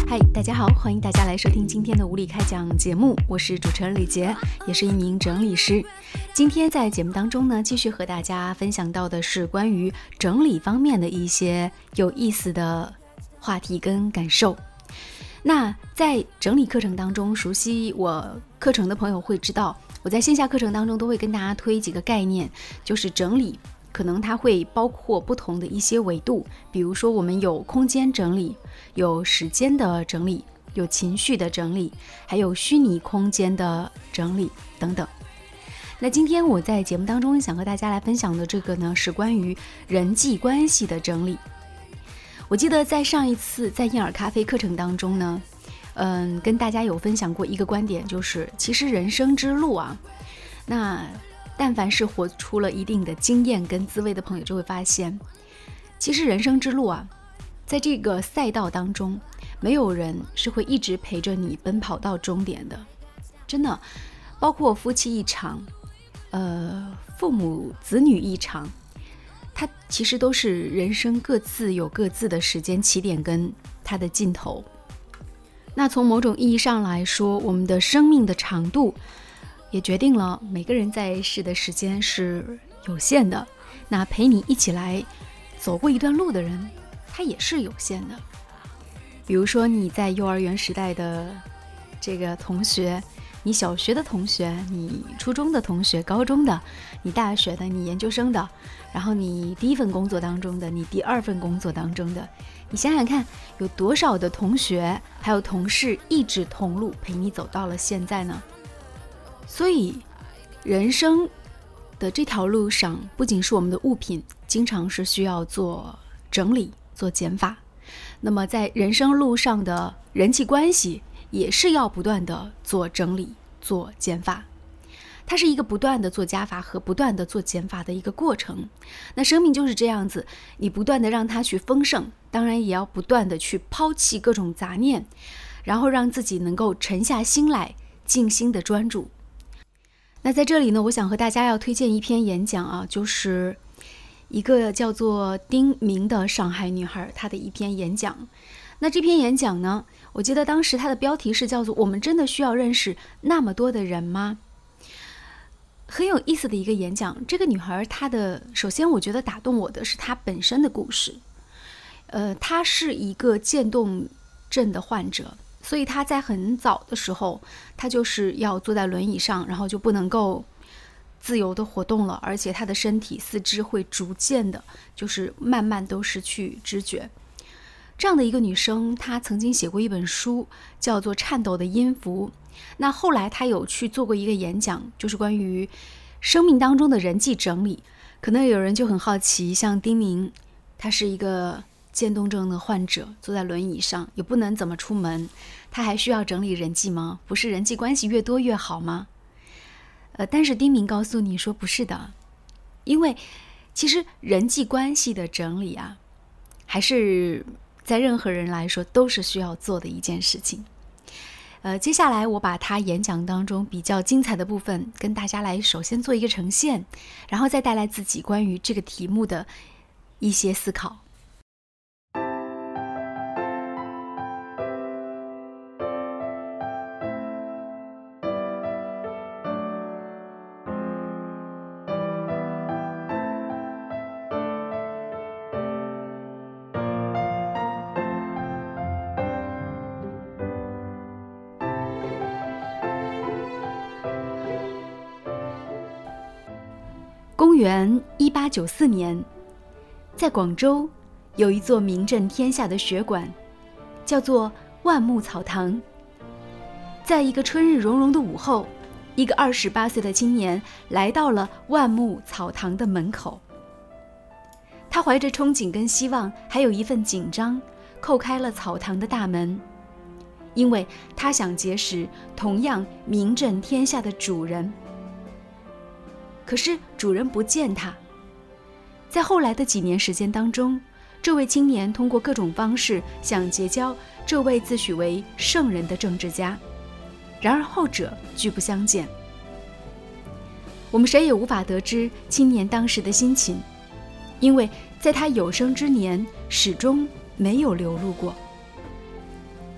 嗨，大家好，欢迎大家来收听今天的无理开讲节目，我是主持人李杰，也是一名整理师。今天在节目当中呢，继续和大家分享到的是关于整理方面的一些有意思的话题跟感受。那在整理课程当中，熟悉我课程的朋友会知道，我在线下课程当中都会跟大家推几个概念，就是整理可能它会包括不同的一些维度，比如说我们有空间整理，有时间的整理，有情绪的整理，还有虚拟空间的整理等等。那今天我在节目当中想和大家来分享的这个呢，是关于人际关系的整理。我记得在上一次在燕尔咖啡课程当中呢，跟大家有分享过一个观点，就是其实人生之路啊，那但凡是活出了一定的经验跟滋味的朋友就会发现，其实人生之路啊，在这个赛道当中，没有人是会一直陪着你奔跑到终点的，真的，包括夫妻一场，父母子女一场，它其实都是人生各自有各自的时间起点跟它的尽头。那从某种意义上来说，我们的生命的长度也决定了每个人在世的时间是有限的，那陪你一起来走过一段路的人，他也是有限的。比如说你在幼儿园时代的这个同学，你小学的同学，你初中的同学，高中的，你大学的，你研究生的，然后你第一份工作当中的，你第二份工作当中的，你想想看，有多少的同学还有同事一直同路陪你走到了现在呢？所以人生的这条路上，不仅是我们的物品经常是需要做整理做减法，那么在人生路上的人际关系也是要不断的做整理做减法，它是一个不断的做加法和不断的做减法的一个过程。那生命就是这样子，你不断的让它去丰盛，当然也要不断的去抛弃各种杂念，然后让自己能够沉下心来静心的专注。那在这里呢，我想和大家要推荐一篇演讲啊，就是一个叫做丁明的上海女孩，她的一篇演讲。那这篇演讲呢，我记得当时她的标题是叫做我们真的需要认识那么多的人吗？很有意思的一个演讲。这个女孩她的，首先我觉得打动我的是她本身的故事。她是一个渐冻症的患者，所以他在很早的时候，他就是要坐在轮椅上，然后就不能够自由的活动了，而且他的身体四肢会逐渐的就是慢慢都失去知觉。这样的一个女生，她曾经写过一本书叫做《颤抖的音符》，那后来她有去做过一个演讲，就是关于生命当中的人际整理。可能有人就很好奇，像丁明，她是一个渐冻症的患者，坐在轮椅上，也不能怎么出门，他还需要整理人际吗？不是人际关系越多越好吗？但是丁明告诉你说不是的，因为其实人际关系的整理啊，还是在任何人来说都是需要做的一件事情。接下来我把他演讲当中比较精彩的部分跟大家来首先做一个呈现，然后再带来自己关于这个题目的一些思考。公元1894年，在广州有一座名震天下的学馆，叫做万木草堂。在一个春日融融的午后，一个28岁的青年来到了万木草堂的门口。他怀着憧憬跟希望，还有一份紧张，叩开了草堂的大门，因为他想结识同样名震天下的主人。可是主人不见他。在后来的几年时间当中，这位青年通过各种方式想结交这位自诩为圣人的政治家，然而后者拒不相见。我们谁也无法得知青年当时的心情，因为在他有生之年始终没有流露过。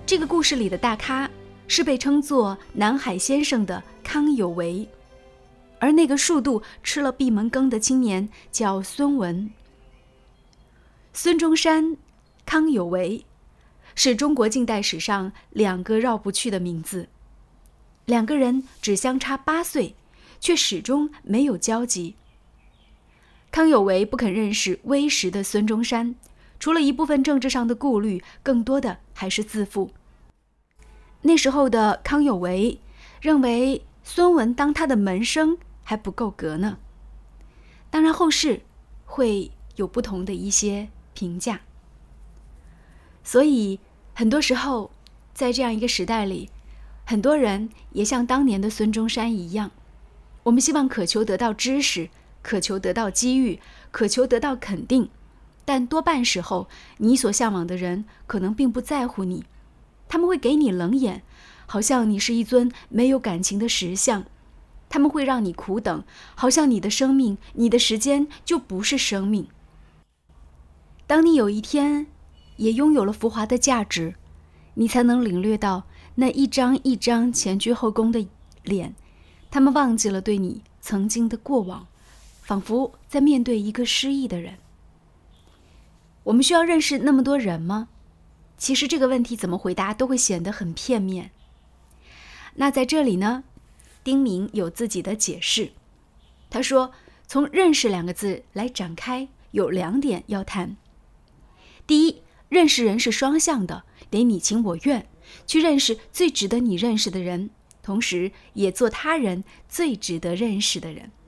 这个故事里的大咖是被称作南海先生的康有为，而那个数度吃了闭门羹的青年叫孙文。孙中山、康有为是中国近代史上两个绕不去的名字，两个人只相差8岁，却始终没有交集。康有为不肯认识威实的孙中山，除了一部分政治上的顾虑，更多的还是自负。那时候的康有为认为孙文当他的门生还不够格呢。当然后世会有不同的一些评价。所以很多时候在这样一个时代里，很多人也像当年的孙中山一样，我们希望渴求得到知识，渴求得到机遇，渴求得到肯定，但多半时候你所向往的人可能并不在乎你，他们会给你冷眼，好像你是一尊没有感情的石像，他们会让你苦等，好像你的生命，你的时间就不是生命。当你有一天也拥有了浮华的价值，你才能领略到那一张一张前居后恭的脸，他们忘记了对你曾经的过往，仿佛在面对一个失忆的人。我们需要认识那么多人吗？其实这个问题怎么回答都会显得很片面。那在这里呢，丁明有自己的解释。他说，从认识2个字来展开，有2点要谈。第一，认识人是双向的，得你情我愿，去认识最值得你认识的人，同时也做他人最值得认识的人。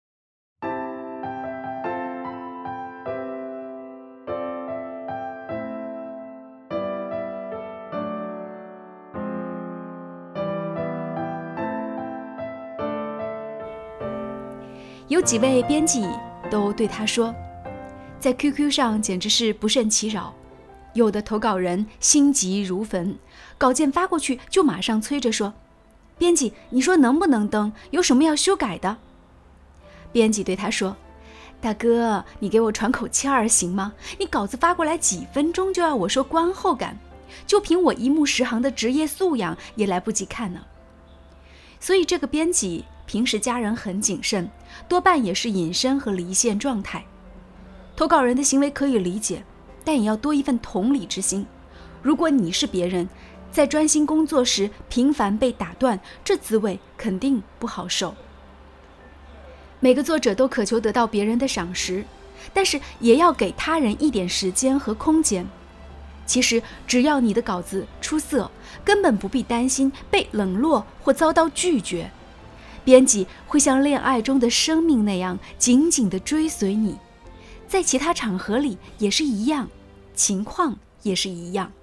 有几位编辑都对他说，在 QQ 上简直是不胜其扰，有的投稿人心急如焚，稿件发过去就马上催着说，编辑你说能不能登，有什么要修改的？编辑对他说，大哥你给我喘口气儿行吗？你稿子发过来几分钟就要我说观后感，就凭我1目10行的职业素养也来不及看呢。所以这个编辑平时家人很谨慎，多半也是隐身和离线状态。投稿人的行为可以理解，但也要多一份同理之心。如果你是别人，在专心工作时频繁被打断，这滋味肯定不好受。每个作者都渴求得到别人的赏识，但是也要给他人一点时间和空间。其实只要你的稿子出色，根本不必担心被冷落或遭到拒绝。编辑会像恋爱中的生命那样紧紧地追随你，在其他场合里也是一样，情况也是一样。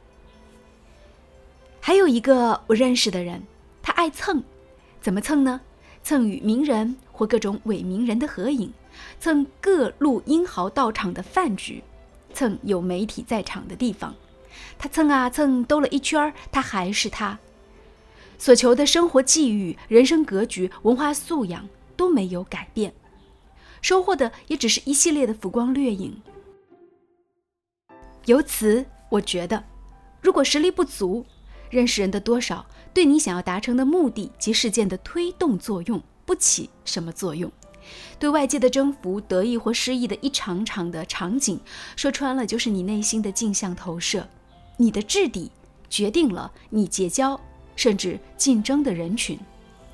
还有一个我认识的人，他爱蹭。怎么蹭呢？蹭与名人或各种伪名人的合影，蹭各路英豪到场的饭局，蹭有媒体在场的地方。他蹭啊蹭，兜了一圈，他还是他。所求的生活际遇、人生格局、文化素养都没有改变，收获的也只是一系列的浮光掠影。由此我觉得，如果实力不足，认识人的多少对你想要达成的目的及事件的推动作用不起什么作用。对外界的征服、得意或失意的一场场的场景，说穿了就是你内心的镜像投射。你的质地决定了你结交甚至竞争的人群。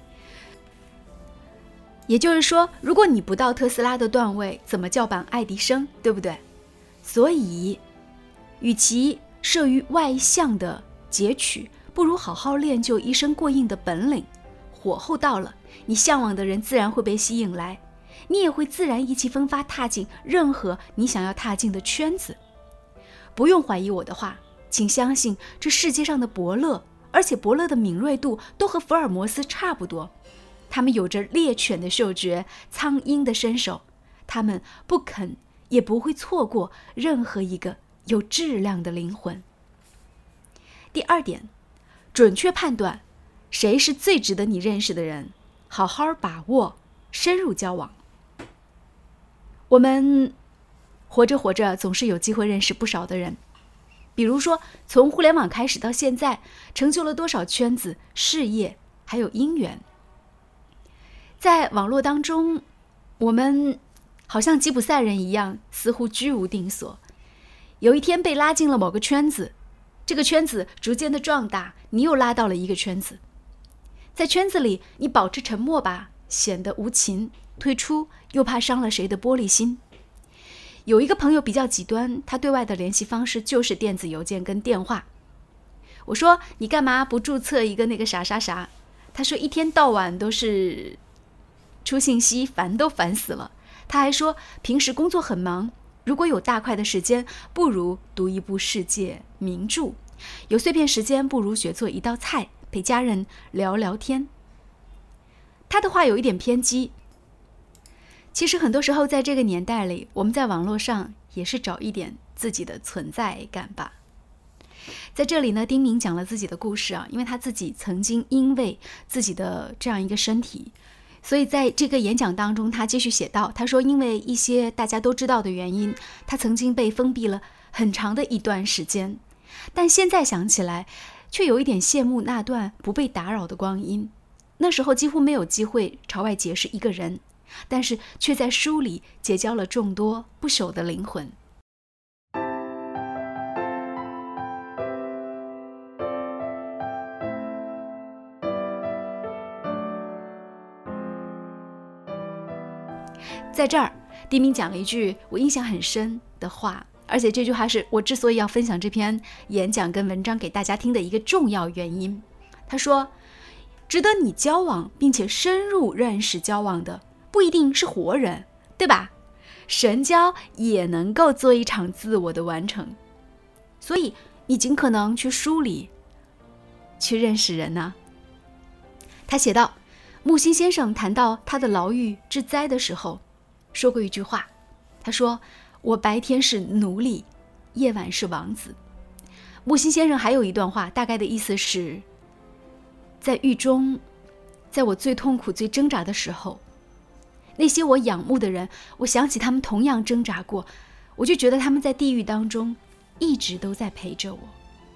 也就是说，如果你不到特斯拉的段位，怎么叫板爱迪生，对不对？所以与其摄于外向的截取，不如好好练就一身过硬的本领。火候到了，你向往的人自然会被吸引来，你也会自然意气风发踏进任何你想要踏进的圈子。不用怀疑我的话，请相信这世界上的伯乐，而且伯乐的敏锐度都和福尔摩斯差不多。他们有着猎犬的嗅觉，苍鹰的身手，他们不肯也不会错过任何一个有质量的灵魂。第二点，准确判断谁是最值得你认识的人，好好把握，深入交往。我们活着活着总是有机会认识不少的人， 比如说从互联网开始到现在，成就了多少圈子、事业还有姻缘。在网络当中，我们好像吉普赛人一样，似乎居无定所。有一天被拉进了某个圈子，这个圈子逐渐的壮大，你又拉到了一个圈子。在圈子里，你保持沉默吧，显得无情；退出，又怕伤了谁的玻璃心。有一个朋友比较极端，他对外的联系方式就是电子邮件跟电话。我说你干嘛不注册一个那个啥啥啥？他说一天到晚都是出信息，烦都烦死了。他还说平时工作很忙，如果有大块的时间，不如读一部世界名著；有碎片时间，不如学做一道菜，陪家人聊聊天。他的话有一点偏激。其实很多时候在这个年代里，我们在网络上也是找一点自己的存在感吧。在这里呢，丁明讲了自己的故事啊，因为他自己曾经因为自己的这样一个身体，所以在这个演讲当中，他继续写道，他说因为一些大家都知道的原因，他曾经被封闭了很长的一段时间，但现在想起来，却有一点羡慕那段不被打扰的光阴。那时候几乎没有机会朝外结识一个人，但是却在书里结交了众多不朽的灵魂。在这儿，丁明讲了一句我印象很深的话，而且这句话是我之所以要分享这篇演讲跟文章给大家听的一个重要原因。他说，值得你交往并且深入认识交往的不一定是活人，对吧？神交也能够做一场自我的完成，所以你尽可能去梳理，去认识人啊。他写道，木心先生谈到他的牢狱之灾的时候说过一句话，他说，我白天是奴隶，夜晚是王子。木心先生还有一段话，大概的意思是，在狱中，在我最痛苦最挣扎的时候，那些我仰慕的人，我想起他们同样挣扎过，我就觉得他们在地狱当中一直都在陪着我。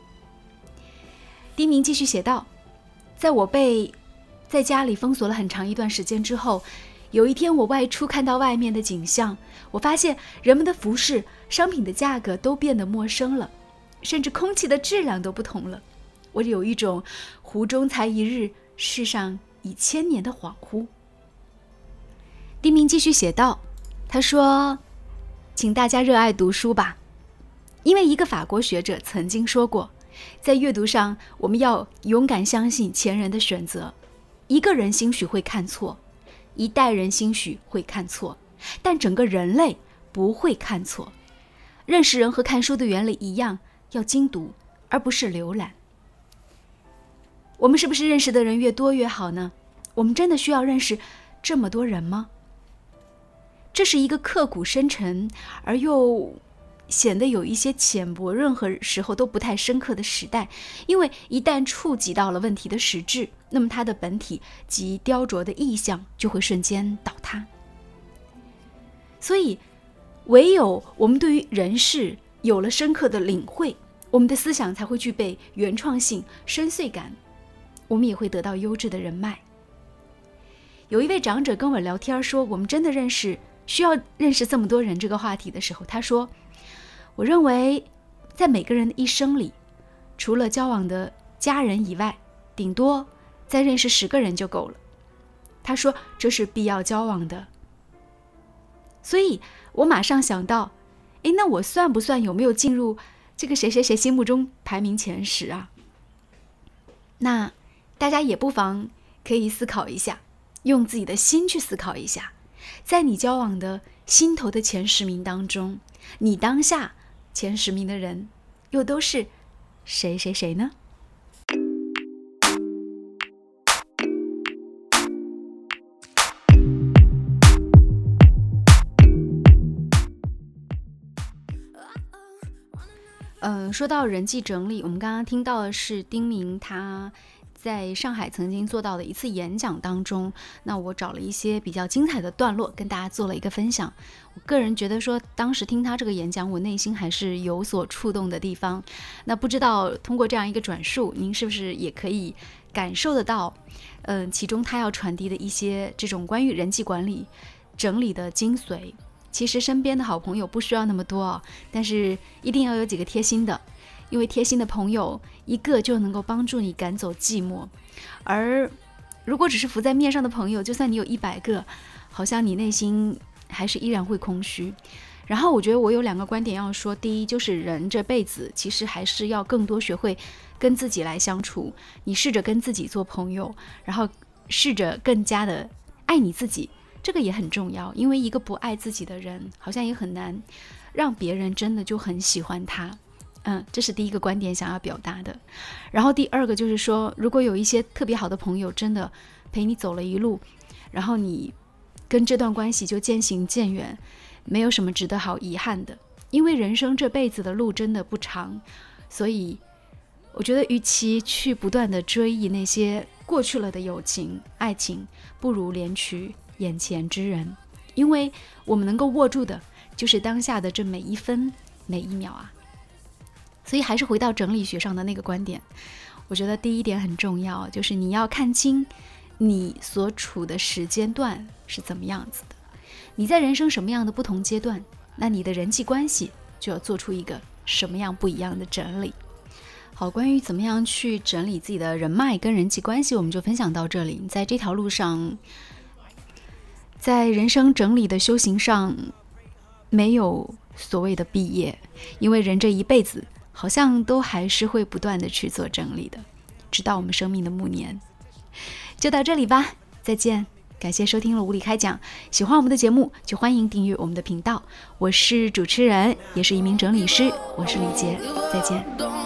丁明继续写道，在我被在家里封锁了很长一段时间之后，有一天我外出看到外面的景象，我发现人们的服饰、商品的价格都变得陌生了，甚至空气的质量都不同了。我有一种湖中才一日，世上已千年的恍惚。丁明继续写道，他说，请大家热爱读书吧，因为一个法国学者曾经说过，在阅读上我们要勇敢相信前人的选择。一个人兴许会看错，一代人兴许会看错，但整个人类不会看错。认识人和看书的原理一样，要精读，而不是浏览。我们是不是认识的人越多越好呢？我们真的需要认识这么多人吗？这是一个刻骨深沉而又显得有一些浅薄，任何时候都不太深刻的时代，因为一旦触及到了问题的实质，那么它的本体及雕琢的意象就会瞬间倒塌。所以唯有我们对于人事有了深刻的领会，我们的思想才会具备原创性、深邃感，我们也会得到优质的人脉。有一位长者跟我聊天说，我们真的需要认识这么多人这个话题的时候，他说，我认为在每个人的一生里，除了交往的家人以外，顶多再认识10个人就够了。他说这是必要交往的。所以我马上想到，那我算不算有没有进入这个谁谁谁心目中排名前10啊？那大家也不妨可以思考一下，用自己的心去思考一下，在你交往的心头的前10名当中，你当下前10名的人又都是谁谁谁呢？说到人际整理，我们刚刚听到的是丁明他在上海曾经做到的一次演讲当中，那我找了一些比较精彩的段落跟大家做了一个分享。我个人觉得说，当时听他这个演讲，我内心还是有所触动的地方。那不知道通过这样一个转述，您是不是也可以感受得到其中他要传递的一些这种关于人际管理整理的精髓。其实身边的好朋友不需要那么多但是一定要有几个贴心的，因为贴心的朋友一个就能够帮助你赶走寂寞，而如果只是浮在面上的朋友，就算你有100个，好像你内心还是依然会空虚。然后我觉得我有2个观点要说，第一就是人这辈子其实还是要更多学会跟自己来相处，你试着跟自己做朋友，然后试着更加的爱你自己，这个也很重要，因为一个不爱自己的人好像也很难让别人真的就很喜欢他。这是第一个观点想要表达的。然后第2个就是说，如果有一些特别好的朋友真的陪你走了一路，然后你跟这段关系就渐行渐远，没有什么值得好遗憾的，因为人生这辈子的路真的不长，所以我觉得与其去不断的追忆那些过去了的友情爱情，不如怜取眼前之人，因为我们能够握住的就是当下的这每一分每一秒啊。所以还是回到整理学上的那个观点，我觉得第一点很重要，就是你要看清你所处的时间段是怎么样子的，你在人生什么样的不同阶段，那你的人际关系就要做出一个什么样不一样的整理。好，关于怎么样去整理自己的人脉跟人际关系，我们就分享到这里。在这条路上，在人生整理的修行上，没有所谓的毕业，因为人这一辈子好像都还是会不断的去做整理的，直到我们生命的暮年。就到这里吧，再见。感谢收听了无理开讲，喜欢我们的节目就欢迎订阅我们的频道。我是主持人，也是一名整理师，我是李杰，再见。